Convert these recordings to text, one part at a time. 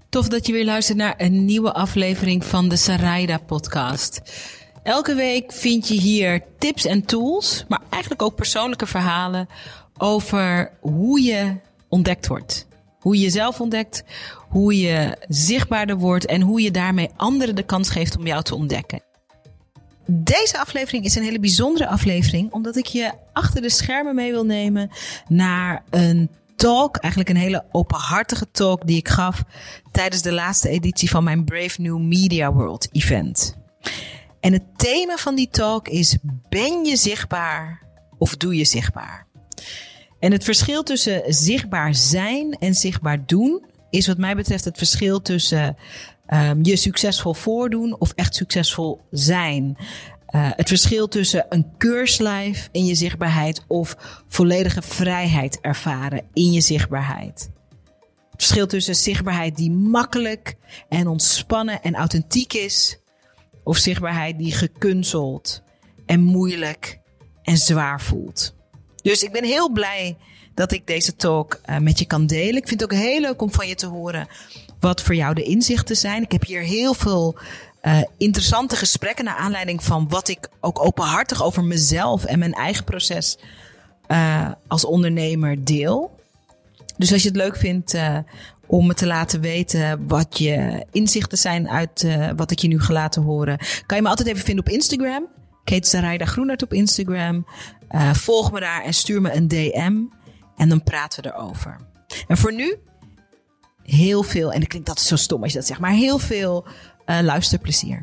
Tof dat je weer luistert naar een nieuwe aflevering van de Sarayda podcast. Elke week vind je hier tips en tools, maar eigenlijk ook persoonlijke verhalen over hoe je ontdekt wordt. Hoe je jezelf ontdekt, hoe je zichtbaarder wordt en hoe je daarmee anderen de kans geeft om jou te ontdekken. Deze aflevering is een hele bijzondere aflevering, omdat ik je achter de schermen mee wil nemen naar een talk, eigenlijk een hele openhartige talk die ik gaf tijdens de laatste editie van mijn Brave New Media World event. En het thema van die talk is: ben je zichtbaar of doe je zichtbaar? En het verschil tussen zichtbaar zijn en zichtbaar doen is wat mij betreft het verschil tussen je succesvol voordoen of echt succesvol zijn. Het verschil tussen een keurslijf in je zichtbaarheid of volledige vrijheid ervaren in je zichtbaarheid. Het verschil tussen zichtbaarheid die makkelijk en ontspannen en authentiek is, of zichtbaarheid die gekunsteld en moeilijk en zwaar voelt. Dus ik ben heel blij dat ik deze talk met je kan delen. Ik vind het ook heel leuk om van je te horen wat voor jou de inzichten zijn. Ik heb hier heel veel interessante gesprekken naar aanleiding van wat ik ook openhartig over mezelf en mijn eigen proces als ondernemer deel. Dus als je het leuk vindt om me te laten weten wat je inzichten zijn uit wat ik je nu ga laten horen, kan je me altijd even vinden op Instagram. Ik heet Sarayda Groenart op Instagram. Volg me daar en stuur me een DM. En dan praten we erover. En voor nu heel veel, en het klinkt altijd zo stom als je dat zegt, maar heel veel luisterplezier.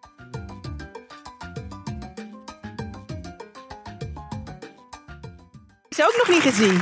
Deze ook nog niet gezien.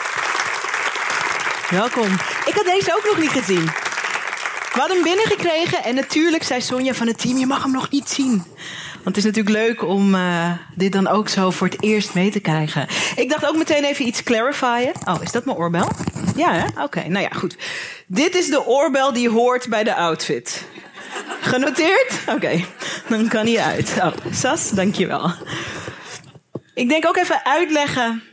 Welkom. Ik had deze ook nog niet gezien. We hadden hem binnengekregen en natuurlijk zei Sonja van het team: je mag hem nog niet zien. Want het is natuurlijk leuk om dit dan ook zo voor het eerst mee te krijgen. Ik dacht ook meteen even iets clarifieren. Oh, is dat mijn oorbel? Ja, hè? Oké, nou ja, goed. Dit is de oorbel die hoort bij de outfit. Genoteerd? Oké, dan kan hij uit. Oh, Sas, dankjewel. Ik denk ook even uitleggen.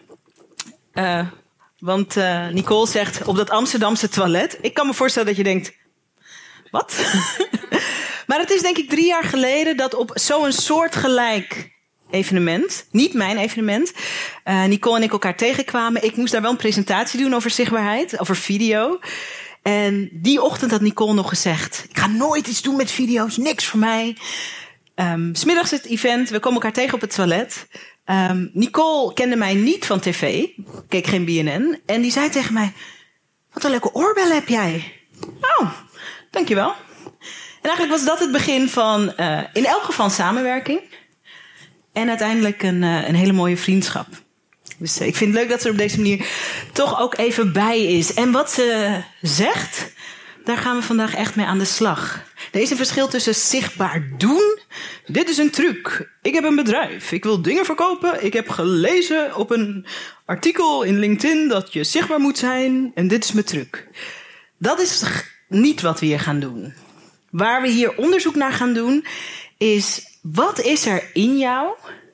Want Nicole zegt op dat Amsterdamse toilet. Ik kan me voorstellen dat je denkt: wat? Maar het is denk ik 3 jaar geleden dat op zo'n soortgelijk evenement, niet mijn evenement, Nicole en ik elkaar tegenkwamen. Ik moest daar wel een presentatie doen over zichtbaarheid, over video. En die ochtend had Nicole nog gezegd: ik ga nooit iets doen met video's, niks voor mij. 's Middags het event, we komen elkaar tegen op het toilet. Nicole kende mij niet van tv, keek geen BNN. En die zei tegen mij: wat een leuke oorbel heb jij. Oh, dankjewel. En eigenlijk was dat het begin van in elk geval een samenwerking. En uiteindelijk een hele mooie vriendschap. Dus ik vind het leuk dat ze er op deze manier toch ook even bij is. En wat ze zegt, daar gaan we vandaag echt mee aan de slag. Er is een verschil tussen zichtbaar doen. Dit is een truc. Ik heb een bedrijf. Ik wil dingen verkopen. Ik heb gelezen op een artikel in LinkedIn dat je zichtbaar moet zijn. En dit is mijn truc. Dat is niet wat we hier gaan doen. Waar we hier onderzoek naar gaan doen is: wat is er in jou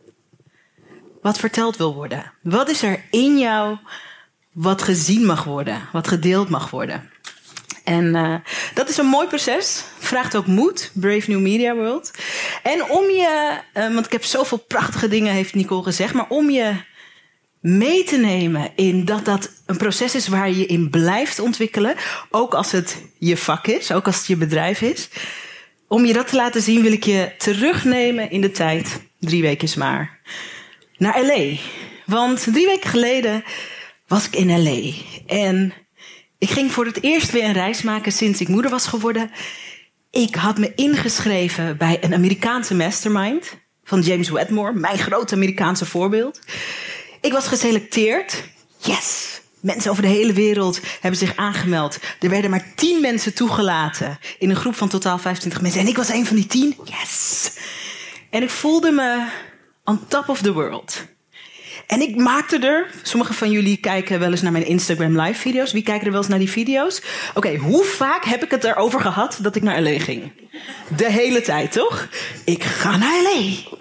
wat verteld wil worden? Wat is er in jou wat gezien mag worden, wat gedeeld mag worden? En dat is een mooi proces. Vraagt ook moed. Brave New Media World. En om je, want ik heb zoveel prachtige dingen, heeft Nicole gezegd, maar om je mee te nemen in dat een proces is waar je in blijft ontwikkelen, ook als het je vak is, ook als het je bedrijf is. Om je dat te laten zien wil ik je terugnemen in de tijd, 3 weken maar, naar L.A. Want 3 weken geleden was ik in L.A. En ik ging voor het eerst weer een reis maken sinds ik moeder was geworden. Ik had me ingeschreven bij een Amerikaanse mastermind van James Wedmore, mijn grote Amerikaanse voorbeeld. Ik was geselecteerd. Yes! Mensen over de hele wereld hebben zich aangemeld. Er werden maar 10 mensen toegelaten in een groep van totaal 25 mensen. En ik was een van die 10. Yes! En ik voelde me on top of the world. En ik maakte er... Sommigen van jullie kijken wel eens naar mijn Instagram live video's. Wie kijken er wel eens naar die video's? Oké, hoe vaak heb ik het erover gehad dat ik naar L.A. ging? De hele tijd, toch? Ik ga naar L.A.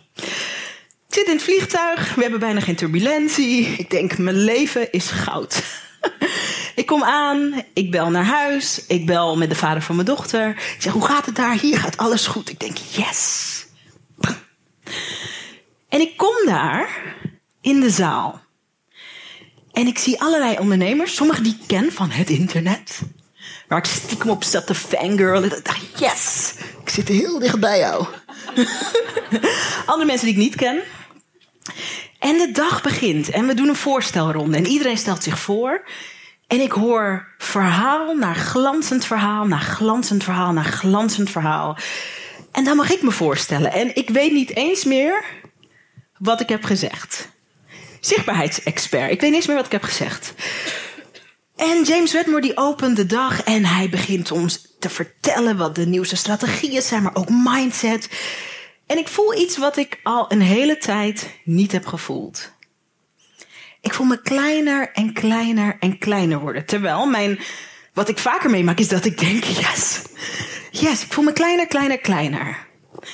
Ik zit in het vliegtuig. We hebben bijna geen turbulentie. Ik denk, mijn leven is goud. Ik kom aan, ik bel naar huis, ik bel met de vader van mijn dochter. Ik zeg, hoe gaat het daar? Hier gaat alles goed. Ik denk, yes. En ik kom daar in de zaal. En ik zie allerlei ondernemers, sommigen die ik ken van het internet. Waar ik stiekem op zat te fangirl. Ik dacht, yes, ik zit heel dicht bij jou. Andere mensen die ik niet ken. En de dag begint en we doen een voorstelronde. En iedereen stelt zich voor. En ik hoor verhaal na glanzend verhaal, na glanzend verhaal, na glanzend verhaal. En dan mag ik me voorstellen. En ik weet niet eens meer wat ik heb gezegd. Zichtbaarheidsexpert. Ik weet niet eens meer wat ik heb gezegd. En James Wedmore die opent de dag en hij begint ons te vertellen wat de nieuwste strategieën zijn, maar ook mindset. En ik voel iets wat ik al een hele tijd niet heb gevoeld. Ik voel me kleiner en kleiner en kleiner worden. Terwijl wat ik vaker meemaak is dat ik denk, yes, ik voel me kleiner, kleiner, kleiner.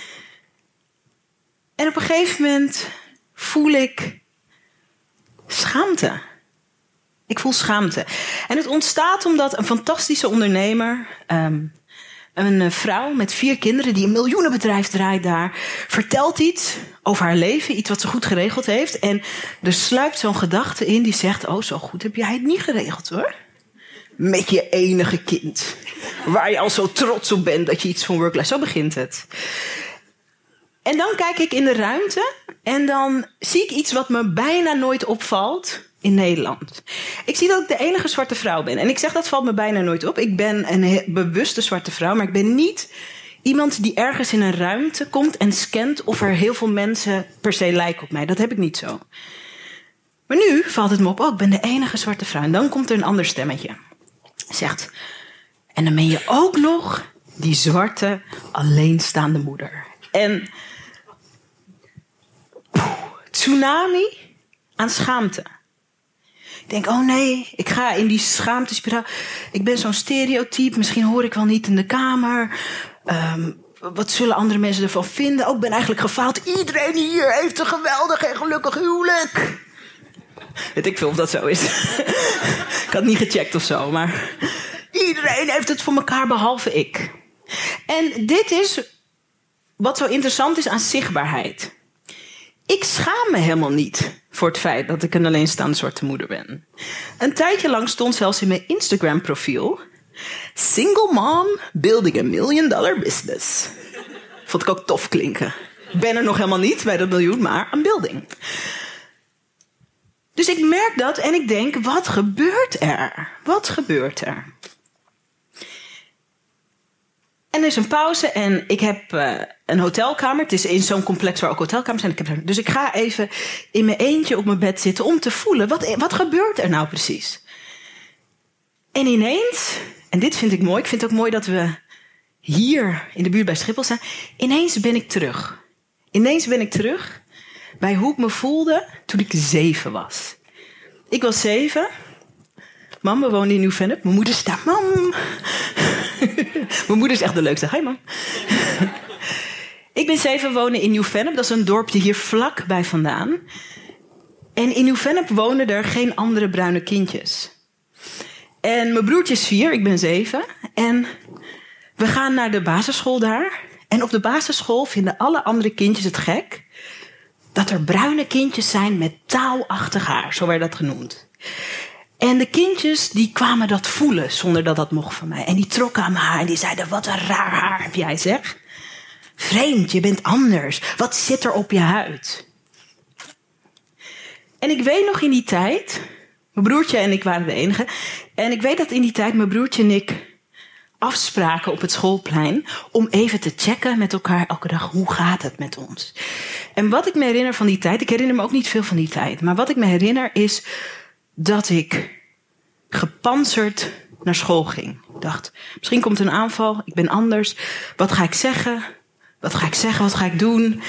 En op een gegeven moment voel ik schaamte. Ik voel schaamte. En het ontstaat omdat een fantastische ondernemer, een vrouw met 4 kinderen die een miljoenenbedrijf draait daar, vertelt iets over haar leven, iets wat ze goed geregeld heeft. En er sluipt zo'n gedachte in die zegt, oh, zo goed heb jij het niet geregeld hoor. Met je enige kind. Waar je al zo trots op bent dat je iets van work-life. Zo begint het. En dan kijk ik in de ruimte en dan zie ik iets wat me bijna nooit opvalt in Nederland. Ik zie dat ik de enige zwarte vrouw ben. En ik zeg dat valt me bijna nooit op. Ik ben een bewuste zwarte vrouw, maar ik ben niet iemand die ergens in een ruimte komt en scant of er heel veel mensen per se lijken op mij. Dat heb ik niet zo. Maar nu valt het me op, ik ben de enige zwarte vrouw. En dan komt er een ander stemmetje. Zegt, en dan ben je ook nog die zwarte alleenstaande moeder. En tsunami aan schaamte. Ik denk, oh nee, ik ga in die schaamtespiraal. Ik ben zo'n stereotype, misschien hoor ik wel niet in de kamer. Wat zullen andere mensen ervan vinden? Oh, ik ben eigenlijk gefaald. Iedereen hier heeft een geweldig en gelukkig huwelijk. Weet ik veel of dat zo is. Ik had niet gecheckt of zo, maar iedereen heeft het voor elkaar behalve ik. En dit is wat zo interessant is aan zichtbaarheid. Ik schaam me helemaal niet voor het feit dat ik een alleenstaande zwarte moeder ben. Een tijdje lang stond zelfs in mijn Instagram profiel, single mom building $1 million business. Vond ik ook tof klinken. Ik ben er nog helemaal niet bij dat miljoen, maar een building. Dus ik merk dat en ik denk, wat gebeurt er? Wat gebeurt er? En er is een pauze en ik heb een hotelkamer. Het is in zo'n complex waar ook hotelkamers zijn. Dus ik ga even in mijn eentje op mijn bed zitten om te voelen, wat gebeurt er nou precies? En ineens, en dit vind ik mooi, ik vind het ook mooi dat we hier in de buurt bij Schiphol zijn. Ineens ben ik terug. Ineens ben ik terug bij hoe ik me voelde toen ik 7 was. Ik was 7. Mam, we woonden in Nieuw-Vennep. Mijn moeder staat, mam. Mijn moeder is echt de leukste. Hi, mam. Ik ben 7, wonen in Nieuw-Vennep. Dat is een dorpje hier vlak bij vandaan. En in Nieuw-Vennep wonen er geen andere bruine kindjes. En mijn broertje is 4, ik ben 7. En we gaan naar de basisschool daar. En op de basisschool vinden alle andere kindjes het gek dat er bruine kindjes zijn met taalachtig haar. Zo werd dat genoemd. En de kindjes die kwamen dat voelen zonder dat dat mocht van mij. En die trokken aan mijn haar en die zeiden, wat een raar haar heb jij, zeg. Vreemd, je bent anders. Wat zit er op je huid? En ik weet nog in die tijd, mijn broertje en ik waren de enige. En ik weet dat in die tijd mijn broertje en ik afspraken op het schoolplein om even te checken met elkaar elke dag, hoe gaat het met ons? En wat ik me herinner van die tijd, ik herinner me ook niet veel van die tijd, maar wat ik me herinner is dat ik gepantserd naar school ging. Ik dacht, misschien komt een aanval, ik ben anders. Wat ga ik zeggen? Wat ga ik zeggen? Wat ga ik doen?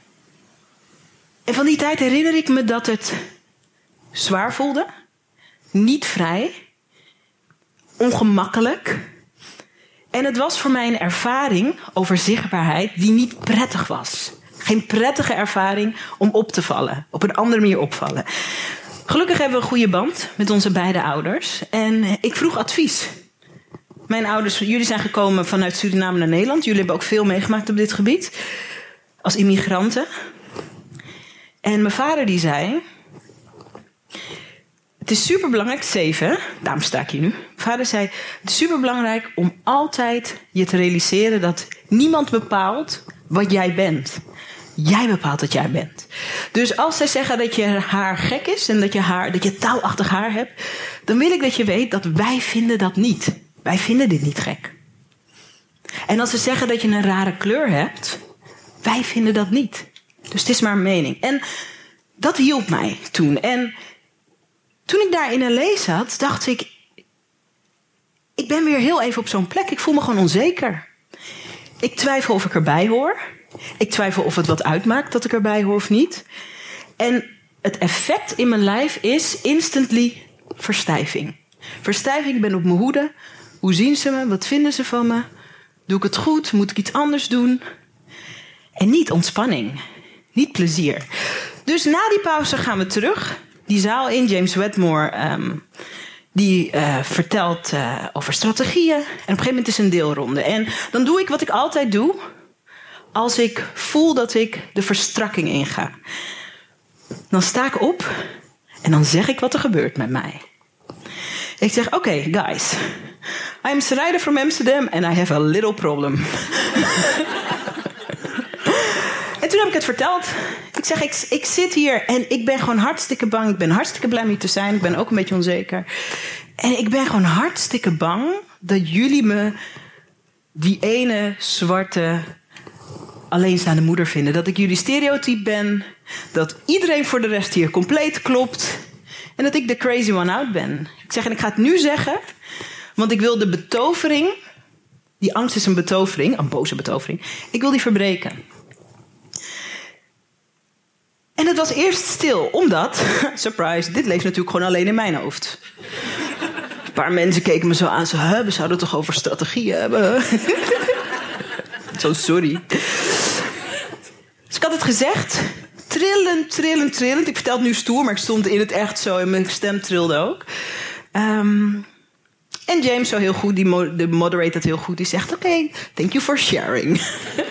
En van die tijd herinner ik me dat het zwaar voelde, niet vrij, ongemakkelijk. En het was voor mij een ervaring over zichtbaarheid die niet prettig was. Geen prettige ervaring om op te vallen, op een andere manier opvallen. Gelukkig hebben we een goede band met onze beide ouders. En ik vroeg advies. Mijn ouders, jullie zijn gekomen vanuit Suriname naar Nederland. Jullie hebben ook veel meegemaakt op dit gebied. Als immigranten. En mijn vader die zei... Het is superbelangrijk, 7, daarom sta ik hier nu. Mijn vader zei, het is superbelangrijk om altijd je te realiseren dat niemand bepaalt wat jij bent. Jij bepaalt wat jij bent. Dus als zij zeggen dat je haar gek is en dat je touwachtig haar hebt, dan wil ik dat je weet dat wij vinden dat niet. Wij vinden dit niet gek. En als ze zeggen dat je een rare kleur hebt, wij vinden dat niet. Dus het is maar een mening. En dat hielp mij toen. En toen ik daar in LA zat, dacht ik ben weer heel even op zo'n plek. Ik voel me gewoon onzeker. Ik twijfel of ik erbij hoor. Ik twijfel of het wat uitmaakt dat ik erbij hoor of niet. En het effect in mijn lijf is instantly verstijving. Verstijving, ik ben op mijn hoede. Hoe zien ze me? Wat vinden ze van me? Doe ik het goed? Moet ik iets anders doen? En niet ontspanning. Niet plezier. Dus na die pauze gaan we terug. Die zaal in. James Wedmore die vertelt over strategieën. En op een gegeven moment is een deelronde. En dan doe ik wat ik altijd doe als ik voel dat ik de verstrakking inga. Dan sta ik op en dan zeg ik wat er gebeurt met mij. Ik zeg, oké, guys. I am Sarayda from Amsterdam and I have a little problem. En toen heb ik het verteld. Ik zeg, ik zit hier en ik ben gewoon hartstikke bang. Ik ben hartstikke blij om hier te zijn. Ik ben ook een beetje onzeker. En ik ben gewoon hartstikke bang dat jullie me die ene zwarte alleenstaande moeder vinden. Dat ik jullie stereotype ben. Dat iedereen voor de rest hier compleet klopt. En dat ik de crazy one out ben. Ik zeg, en ik ga het nu zeggen. Want ik wil de betovering. Die angst is een betovering. Een boze betovering. Ik wil die verbreken. En het was eerst stil. Omdat, surprise, dit leeft natuurlijk gewoon alleen in mijn hoofd. Een paar mensen keken me zo aan. Zo, we zouden het toch over strategieën hebben. Zo, sorry. Dus ik had het gezegd. Trillend. Ik vertel het nu stoer, maar ik stond in het echt zo. En mijn stem trilde ook. En James zo heel goed, de moderator het heel goed. Die zegt, oké, thank you for sharing.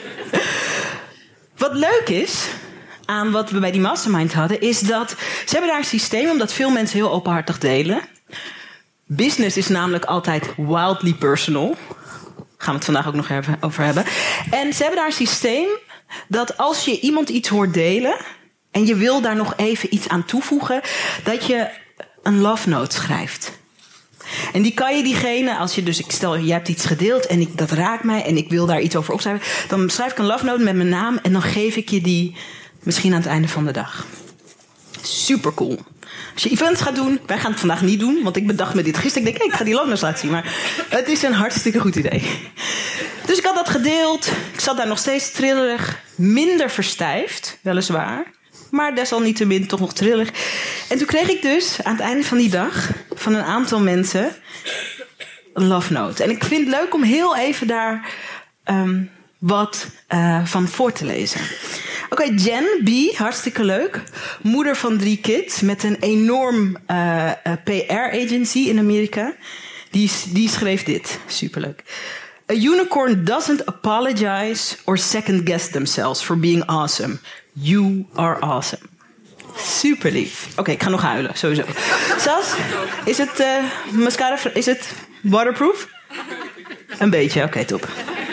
Wat leuk is aan wat we bij die mastermind hadden, is dat ze hebben daar een systeem, omdat veel mensen heel openhartig delen. Business is namelijk altijd wildly personal. Gaan we het vandaag ook nog over hebben. En ze hebben daar een systeem dat als je iemand iets hoort delen en je wil daar nog even iets aan toevoegen, dat je een love note schrijft. En die kan je diegene, als je dus, ik stel, je hebt iets gedeeld en dat raakt mij en ik wil daar iets over opschrijven, dan schrijf ik een love note met mijn naam en dan geef ik je die misschien aan het einde van de dag. Super cool. Als je events gaat doen, wij gaan het vandaag niet doen, want ik bedacht me dit gisteren. Ik denk, ik ga die love notes laten zien, maar het is een hartstikke goed idee. Dus ik had dat gedeeld. Ik zat daar nog steeds trillerig, minder verstijfd, weliswaar. Maar desalniettemin toch nog trillig. En toen kreeg ik dus aan het einde van die dag van een aantal mensen een love note. En ik vind het leuk om heel even daar wat van voor te lezen. Oké, Jen B, hartstikke leuk. Moeder van 3 kids met een enorm PR-agency in Amerika. Die schreef dit. Superleuk. A unicorn doesn't apologize or second-guess themselves for being awesome. You are awesome. Super lief. Oké, ik ga nog huilen, sowieso. Sas, is het mascara, is het waterproof? Een beetje, oké, top.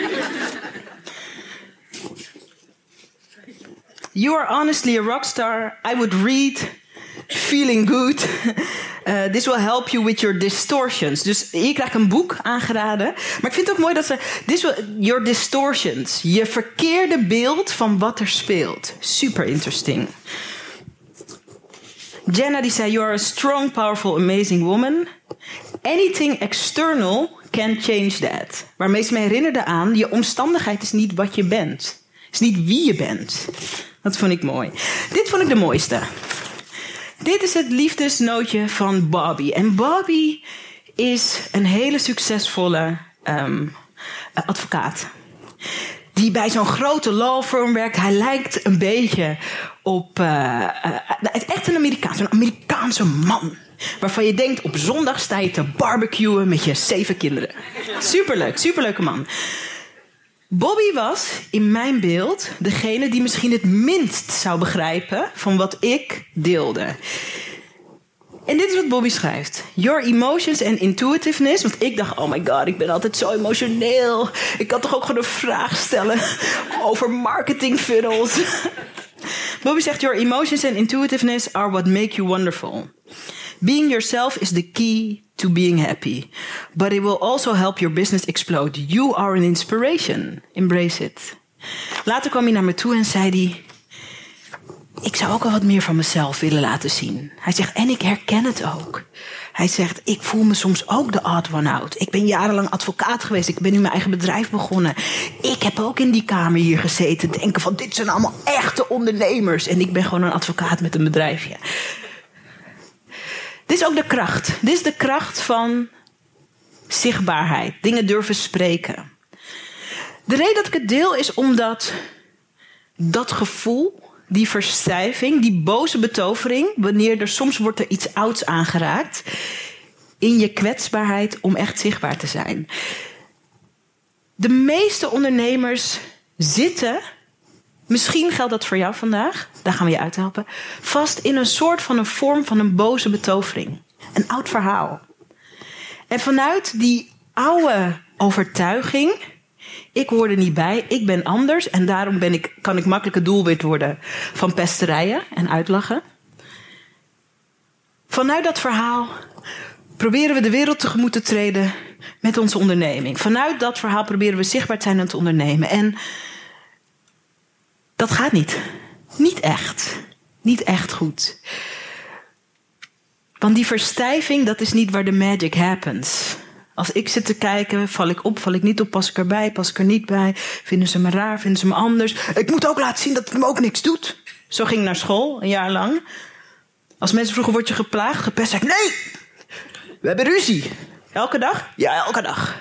You are honestly a rockstar. I would read Feeling Good. This will help you with your distortions. Dus hier krijg ik een boek aangeraden. Maar ik vind het ook mooi dat ze... your distortions. Je verkeerde beeld van wat er speelt. Super interesting. Jenna die zei... You are a strong, powerful, amazing woman. Anything external can change that. Waarmee ze me herinnerde aan... Je omstandigheid is niet wat je bent. Is niet wie je bent. Dat vond ik mooi. Dit vond ik de mooiste. Dit is het liefdesnootje van Bobby. En Bobby is een hele succesvolle advocaat. die bij zo'n grote law firm werkt. Hij lijkt een beetje op echt een Amerikaanse man. Waarvan je denkt, op zondag sta je te barbecuen met je 7 kinderen. Superleuk, superleuke man. Bobby was in mijn beeld degene die misschien het minst zou begrijpen van wat ik deelde. En dit is wat Bobby schrijft. Your emotions and intuitiveness. Want ik dacht, oh my god, ik ben altijd zo emotioneel. Ik kan toch ook gewoon een vraag stellen over marketing funnels. Bobby zegt, your emotions and intuitiveness are what make you wonderful. Being yourself is the key to being happy. But it will also help your business explode. You are an inspiration. Embrace it. Later kwam hij naar me toe en zei hij, ik zou ook al wat meer van mezelf willen laten zien. Hij zegt, en ik herken het ook. Hij zegt, ik voel me soms ook de odd one out. Ik ben jarenlang advocaat geweest. Ik ben nu mijn eigen bedrijf begonnen. Ik heb ook in die kamer hier gezeten. Denken van, dit zijn allemaal echte ondernemers. En ik ben gewoon een advocaat met een bedrijfje. Dit is ook de kracht. Dit is de kracht van zichtbaarheid. Dingen durven spreken. De reden dat ik het deel is omdat dat gevoel, die verstijving, die boze betovering, wanneer er soms wordt er iets ouds aangeraakt, in je kwetsbaarheid om echt zichtbaar te zijn. De meeste ondernemers zitten, misschien geldt dat voor jou vandaag, daar gaan we je uithelpen, vast in een soort van een vorm van een boze betovering. Een oud verhaal. En vanuit die oude overtuiging, ik hoor er niet bij, ik ben anders en daarom kan ik makkelijk het doelwit worden van pesterijen en uitlachen. Vanuit dat verhaal proberen we de wereld tegemoet te treden met onze onderneming. Vanuit dat verhaal proberen we zichtbaar te zijn en te ondernemen. En dat gaat niet. Niet echt. Niet echt goed. Want die verstijving, dat is niet waar de magic happens. Als ik zit te kijken, val ik op, val ik niet op, pas ik erbij, pas ik er niet bij. Vinden ze me raar, vinden ze me anders. Ik moet ook laten zien dat het me ook niks doet. Zo ging ik naar school, een jaar lang. Als mensen vroegen, word je geplaagd, gepest, zei ik, nee! We hebben ruzie. Elke dag? Ja, elke dag.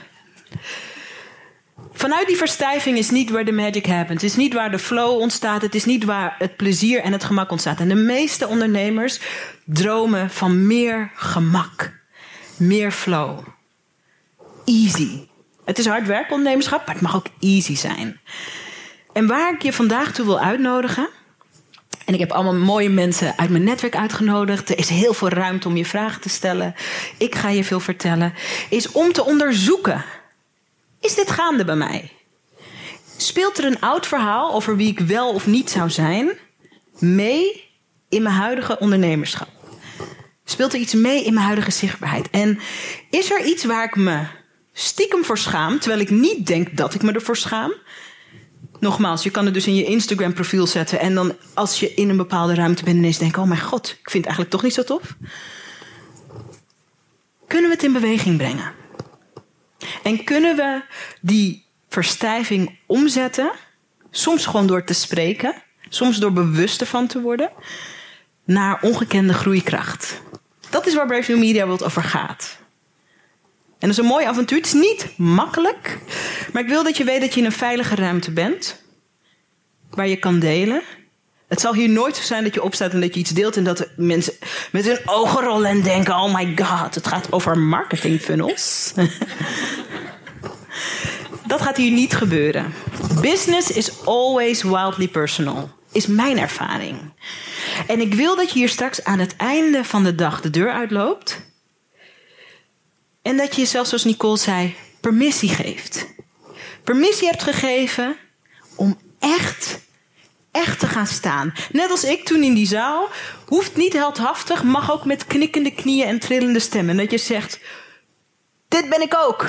Vanuit die verstijving is niet waar de magic happens. Het is niet waar de flow ontstaat. Het is niet waar het plezier en het gemak ontstaat. En de meeste ondernemers dromen van meer gemak. Meer flow. Easy. Het is hard werk, ondernemerschap, maar het mag ook easy zijn. En waar ik je vandaag toe wil uitnodigen, en ik heb allemaal mooie mensen uit mijn netwerk uitgenodigd. Er is heel veel ruimte om je vragen te stellen. Ik ga je veel vertellen. Is om te onderzoeken. Is dit gaande bij mij? Speelt er een oud verhaal over wie ik wel of niet zou zijn mee in mijn huidige ondernemerschap? Speelt er iets mee in mijn huidige zichtbaarheid? En is er iets waar ik me stiekem voor schaam, terwijl ik niet denk dat ik me ervoor schaam? Nogmaals, je kan het dus in je Instagram profiel zetten en dan als je in een bepaalde ruimte bent ineens denken, oh mijn god, ik vind het eigenlijk toch niet zo tof. Kunnen we het in beweging brengen? En kunnen we die verstijving omzetten, soms gewoon door te spreken, soms door bewust ervan te worden, naar ongekende groeikracht. Dat is waar Brave New Media World over gaat. En dat is een mooi avontuur. Het is niet makkelijk, maar ik wil dat je weet dat je in een veilige ruimte bent, waar je kan delen. Het zal hier nooit zo zijn dat je opstaat en dat je iets deelt en dat mensen met hun ogen rollen en denken, oh my god, het gaat over marketing funnels. Dat gaat hier niet gebeuren. Business is always wildly personal, is mijn ervaring. En ik wil dat je hier straks aan het einde van de dag de deur uitloopt. En dat je jezelf, zoals Nicole zei, permissie geeft. Permissie hebt gegeven om echt te gaan staan. Net als ik toen in die zaal. Hoeft niet heldhaftig, mag ook met knikkende knieën en trillende stemmen. En dat je zegt, dit ben ik ook.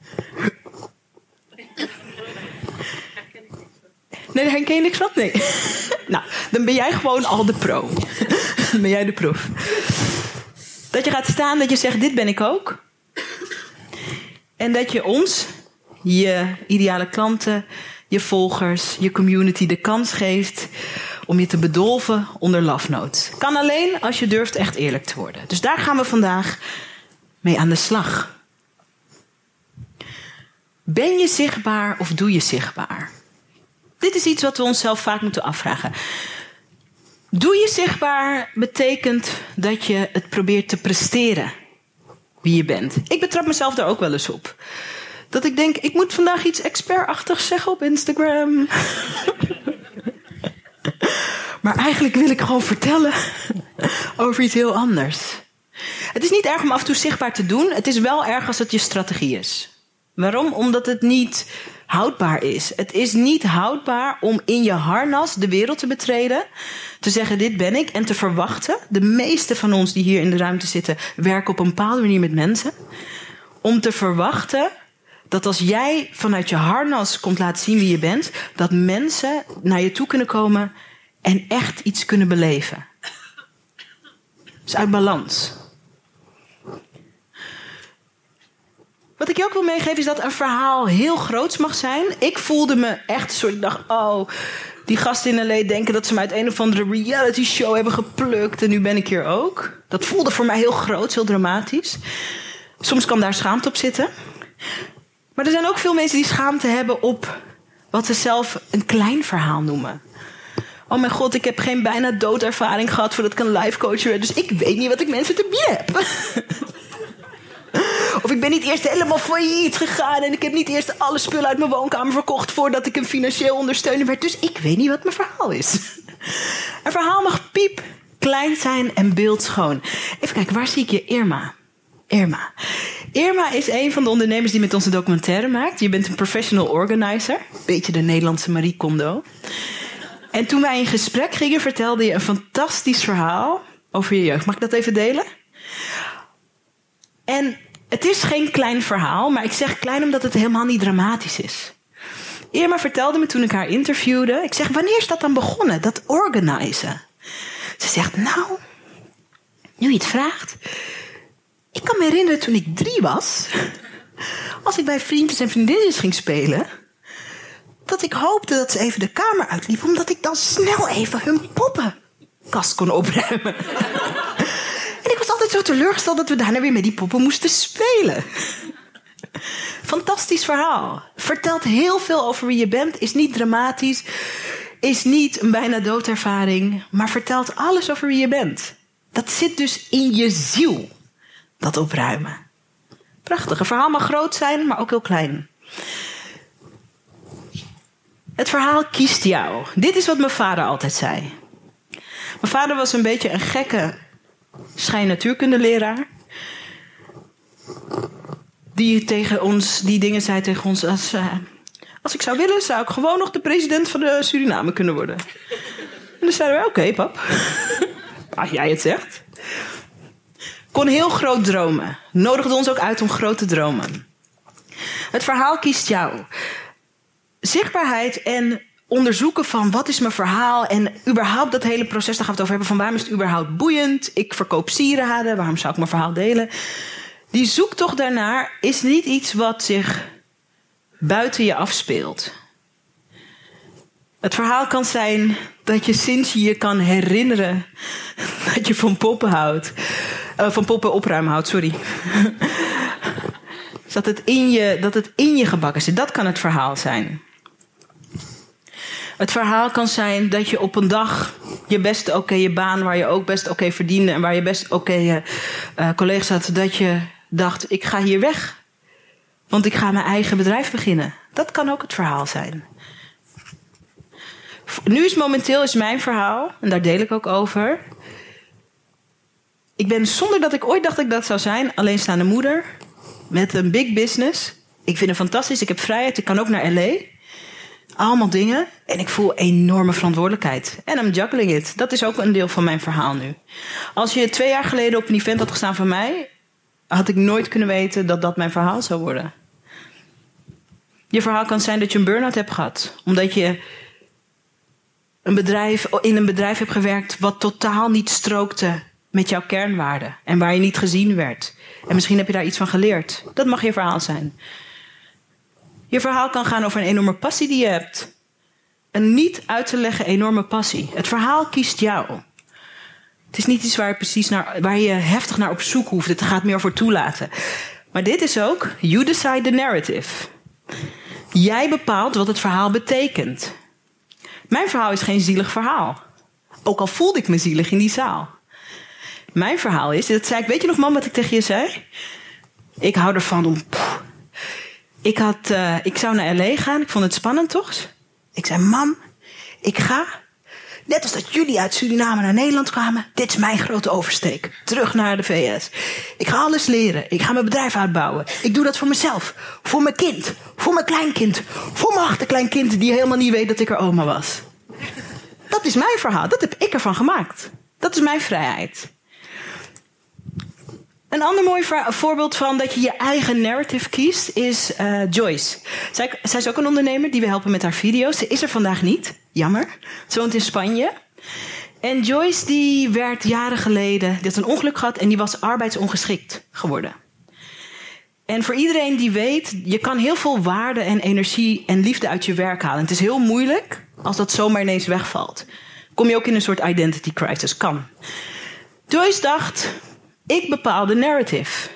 Nee, daar herken je niks van? Nee. Nou, dan ben jij gewoon al de pro. Dan ben jij de prof. Dat je gaat staan, dat je zegt, dit ben ik ook. En dat je ons, je ideale klanten, je volgers, je community de kans geeft om je te bedolven onder love notes. Kan alleen als je durft echt eerlijk te worden. Dus daar gaan we vandaag mee aan de slag. Ben je zichtbaar of doe je zichtbaar? dit is iets wat we onszelf vaak moeten afvragen. Doe je zichtbaar betekent dat je het probeert te presteren wie je bent. Ik betrap mezelf daar ook wel eens op. Dat ik denk, ik moet vandaag iets expertachtigs zeggen op Instagram. Maar eigenlijk wil ik gewoon vertellen over iets heel anders. Het is niet erg om af en toe zichtbaar te doen. Het is wel erg als het je strategie is. Waarom? Omdat het niet houdbaar is. Het is niet houdbaar om in je harnas de wereld te betreden. Te zeggen, dit ben ik. En te verwachten. De meeste van ons die hier in de ruimte zitten werken op een bepaalde manier met mensen. Om te verwachten dat als jij vanuit je harnas komt laten zien wie je bent, dat mensen naar je toe kunnen komen en echt iets kunnen beleven. Dat is uit balans. Wat ik je ook wil meegeven is dat een verhaal heel groots mag zijn. Ik voelde me echt een soort, ik dacht, oh, die gasten in L.A. denken dat ze me uit een of andere reality show hebben geplukt en nu ben ik hier ook. Dat voelde voor mij heel groot, heel dramatisch. Soms kan daar schaamte op zitten. Maar er zijn ook veel mensen die schaamte hebben op wat ze zelf een klein verhaal noemen. Oh mijn god, ik heb geen bijna doodervaring gehad voordat ik een life coach werd. Dus ik weet niet wat ik mensen te bieden heb. Of ik ben niet eerst helemaal failliet gegaan en ik heb niet eerst alle spullen uit mijn woonkamer verkocht voordat ik een financieel ondersteuner werd. Dus ik weet niet wat mijn verhaal is. Een verhaal mag piep klein zijn en beeldschoon. Even kijken, waar zie ik je? Irma is een van de ondernemers die met onze documentaire maakt. Je bent een professional organizer. Beetje de Nederlandse Marie Kondo. En toen wij in gesprek gingen, vertelde je een fantastisch verhaal over je jeugd. Mag ik dat even delen? En het is geen klein verhaal, maar ik zeg klein omdat het helemaal niet dramatisch is. Irma vertelde me toen ik haar interviewde. Ik zeg, wanneer is dat dan begonnen, dat organizen? Ze zegt, nou, nu je het vraagt. Ik kan me herinneren toen ik 3 was. Als ik bij vriendjes en vriendinnetjes ging spelen. Dat ik hoopte dat ze even de kamer uitliepen. Omdat ik dan snel even hun poppenkast kon opruimen. En ik was altijd zo teleurgesteld dat we daarna weer met die poppen moesten spelen. Fantastisch verhaal. Vertelt heel veel over wie je bent. Is niet dramatisch. Is niet een bijna doodervaring. Maar vertelt alles over wie je bent. Dat zit dus in je ziel. Dat opruimen. Prachtig. Een verhaal mag groot zijn, maar ook heel klein. Het verhaal kiest jou. Dit is wat mijn vader altijd zei. Mijn vader was een beetje een gekke schijn-natuurkundeleraar. Die tegen ons, die dingen zei tegen ons als ik zou willen, zou ik gewoon nog de president van de Suriname kunnen worden. En dan zeiden wij, oké, pap. Als jij het zegt. Kon heel groot dromen. Nodigde ons ook uit om groot te dromen. Het verhaal kiest jou. Zichtbaarheid en onderzoeken van wat is mijn verhaal en überhaupt dat hele proces, daar gaan we het over hebben, van waarom is het überhaupt boeiend? Ik verkoop sieraden, waarom zou ik mijn verhaal delen? Die zoektocht daarnaar is niet iets wat zich buiten je afspeelt. Het verhaal kan zijn dat je sinds je je kan herinneren dat je van poppen houdt. Van poppen opruimen houdt, sorry. Dat het in je gebakken zit. Dat kan het verhaal zijn. Het verhaal kan zijn dat je op een dag je best je baan, waar je ook best verdiende en waar je best collega's had, dat je dacht, ik ga hier weg. Want ik ga mijn eigen bedrijf beginnen. Dat kan ook het verhaal zijn. Nu momenteel is mijn verhaal, en daar deel ik ook over. Ik ben, zonder dat ik ooit dacht dat ik dat zou zijn, alleenstaande moeder. Met een big business. Ik vind het fantastisch. Ik heb vrijheid. Ik kan ook naar L.A. Allemaal dingen. En ik voel enorme verantwoordelijkheid. En I'm juggling it. Dat is ook een deel van mijn verhaal nu. Als je 2 jaar geleden op een event had gestaan van mij, had ik nooit kunnen weten dat dat mijn verhaal zou worden. Je verhaal kan zijn dat je een burn-out hebt gehad. Omdat je in een bedrijf hebt gewerkt wat totaal niet strookte met jouw kernwaarden. En waar je niet gezien werd. En misschien heb je daar iets van geleerd. Dat mag je verhaal zijn. Je verhaal kan gaan over een enorme passie die je hebt. Een niet uit te leggen enorme passie. Het verhaal kiest jou. Het is niet iets waar je heftig naar op zoek hoeft. Het gaat meer over toelaten. Maar dit is ook, you decide the narrative. Jij bepaalt wat het verhaal betekent. Mijn verhaal is geen zielig verhaal. Ook al voelde ik me zielig in die zaal. Mijn verhaal is, dat zei ik, weet je nog, mam, wat ik tegen je zei? Ik hou ervan om... Ik zou naar L.A. gaan, ik vond het spannend, toch? Ik zei, mam, ik ga... Net als dat jullie uit Suriname naar Nederland kwamen. Dit is mijn grote oversteek. Terug naar de VS. Ik ga alles leren. Ik ga mijn bedrijf uitbouwen. Ik doe dat voor mezelf. Voor mijn kind. Voor mijn kleinkind. Voor mijn achterkleinkind die helemaal niet weet dat ik er oma was. Dat is mijn verhaal. Dat heb ik ervan gemaakt. Dat is mijn vrijheid. Een ander mooi voorbeeld van dat je je eigen narrative kiest is Joyce. Zij is ook een ondernemer die we helpen met haar video's. Ze is er vandaag niet. Jammer. Ze woont in Spanje. En Joyce die werd jaren geleden... Die had een ongeluk gehad en die was arbeidsongeschikt geworden. En voor iedereen die weet... Je kan heel veel waarde en energie en liefde uit je werk halen. Het is heel moeilijk als dat zomaar ineens wegvalt. Kom je ook in een soort identity crisis. Kan. Joyce dacht... Ik bepaal de narrative.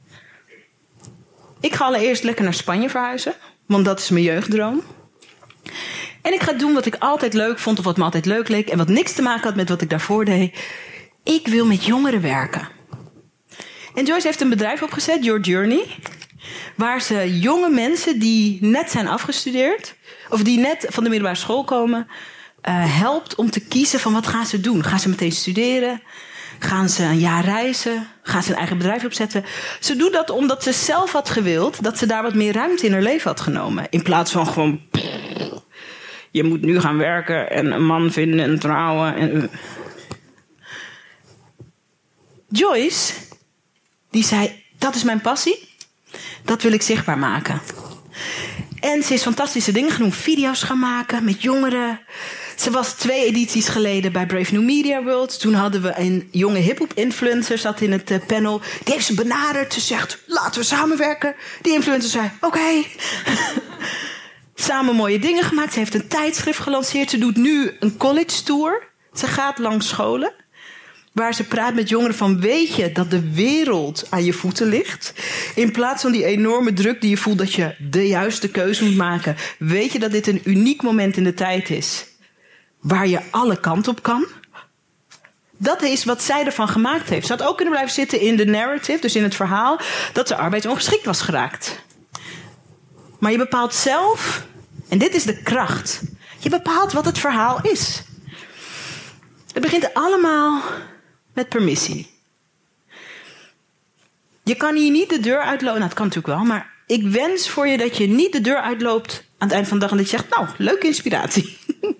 Ik ga allereerst lekker naar Spanje verhuizen. Want dat is mijn jeugddroom. En ik ga doen wat ik altijd leuk vond. Of wat me altijd leuk leek. En wat niks te maken had met wat ik daarvoor deed. Ik wil met jongeren werken. En Joyce heeft een bedrijf opgezet. Your Journey. Waar ze jonge mensen die net zijn afgestudeerd. Of die net van de middelbare school komen. Helpt om te kiezen van wat gaan ze doen. Gaan ze meteen studeren? Gaan ze een jaar reizen? Gaan ze een eigen bedrijf opzetten? Ze doet dat omdat ze zelf had gewild... dat ze daar wat meer ruimte in haar leven had genomen. In plaats van gewoon... Je moet nu gaan werken en een man vinden en trouwen. Joyce, die zei... Dat is mijn passie. Dat wil ik zichtbaar maken. En ze is fantastische dingen gaan doen. Video's gaan maken met jongeren... Ze was 2 edities geleden bij Brave New Media World. Toen hadden we een jonge hip-hop influencer zat in het panel. Die heeft ze benaderd. Ze zegt, laten we samenwerken. Die influencer zei, oké. Samen mooie dingen gemaakt. Ze heeft een tijdschrift gelanceerd. Ze doet nu een college tour. Ze gaat langs scholen. Waar ze praat met jongeren van, weet je dat de wereld aan je voeten ligt? In plaats van die enorme druk die je voelt dat je de juiste keuze moet maken. Weet je dat dit een uniek moment in de tijd is? Waar je alle kanten op kan. Dat is wat zij ervan gemaakt heeft. Ze had ook kunnen blijven zitten in de narrative, dus in het verhaal, dat ze arbeidsongeschikt was geraakt. Maar je bepaalt zelf, en dit is de kracht, je bepaalt wat het verhaal is. Het begint allemaal met permissie. Je kan hier niet de deur uitlopen, nou, dat kan natuurlijk wel, maar ik wens voor je dat je niet de deur uitloopt aan het eind van de dag en dat je zegt, nou, leuke inspiratie.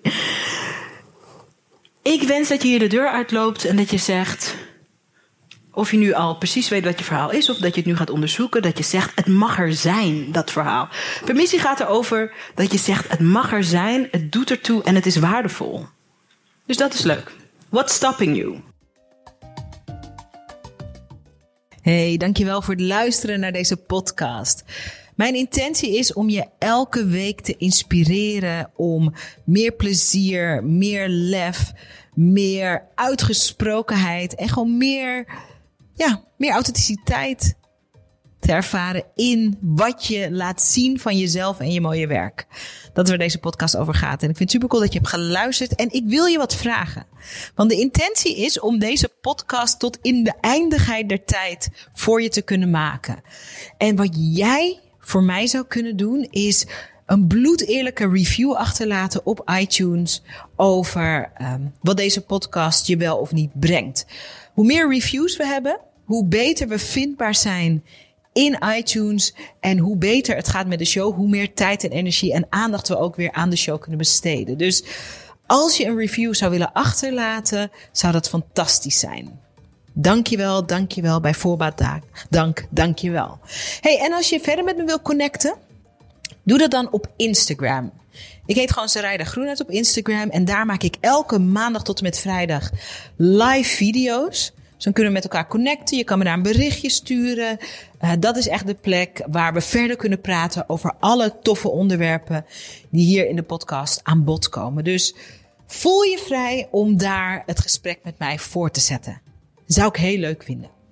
Ik wens dat je hier de deur uitloopt en dat je zegt... of je nu al precies weet wat je verhaal is... of dat je het nu gaat onderzoeken, dat je zegt... het mag er zijn, dat verhaal. Permissie gaat erover dat je zegt... het mag er zijn, het doet ertoe en het is waardevol. Dus dat is leuk. What's stopping you? Hey, dankjewel voor het luisteren naar deze podcast. Mijn intentie is om je elke week te inspireren om meer plezier, meer lef, meer uitgesprokenheid en gewoon meer authenticiteit te ervaren in wat je laat zien van jezelf en je mooie werk. Dat is waar deze podcast over gaat. En ik vind het super cool dat je hebt geluisterd. En ik wil je wat vragen. Want de intentie is om deze podcast tot in de eindigheid der tijd voor je te kunnen maken. En wat jij voor mij zou kunnen doen is een bloedeerlijke review achterlaten op iTunes over wat deze podcast je wel of niet brengt. Hoe meer reviews we hebben, hoe beter we vindbaar zijn in iTunes en hoe beter het gaat met de show, hoe meer tijd en energie en aandacht we ook weer aan de show kunnen besteden. Dus als je een review zou willen achterlaten, zou dat fantastisch zijn. Dankjewel. Bij voorbaat dankjewel. Hey, en als je verder met me wilt connecten, doe dat dan op Instagram. Ik heet gewoon Sarayda Groenhart op Instagram en daar maak ik elke maandag tot en met vrijdag live video's. Dus dan kunnen we met elkaar connecten. Je kan me daar een berichtje sturen. Dat is echt de plek waar we verder kunnen praten over alle toffe onderwerpen die hier in de podcast aan bod komen. Dus voel je vrij om daar het gesprek met mij voor te zetten. Zou ik heel leuk vinden.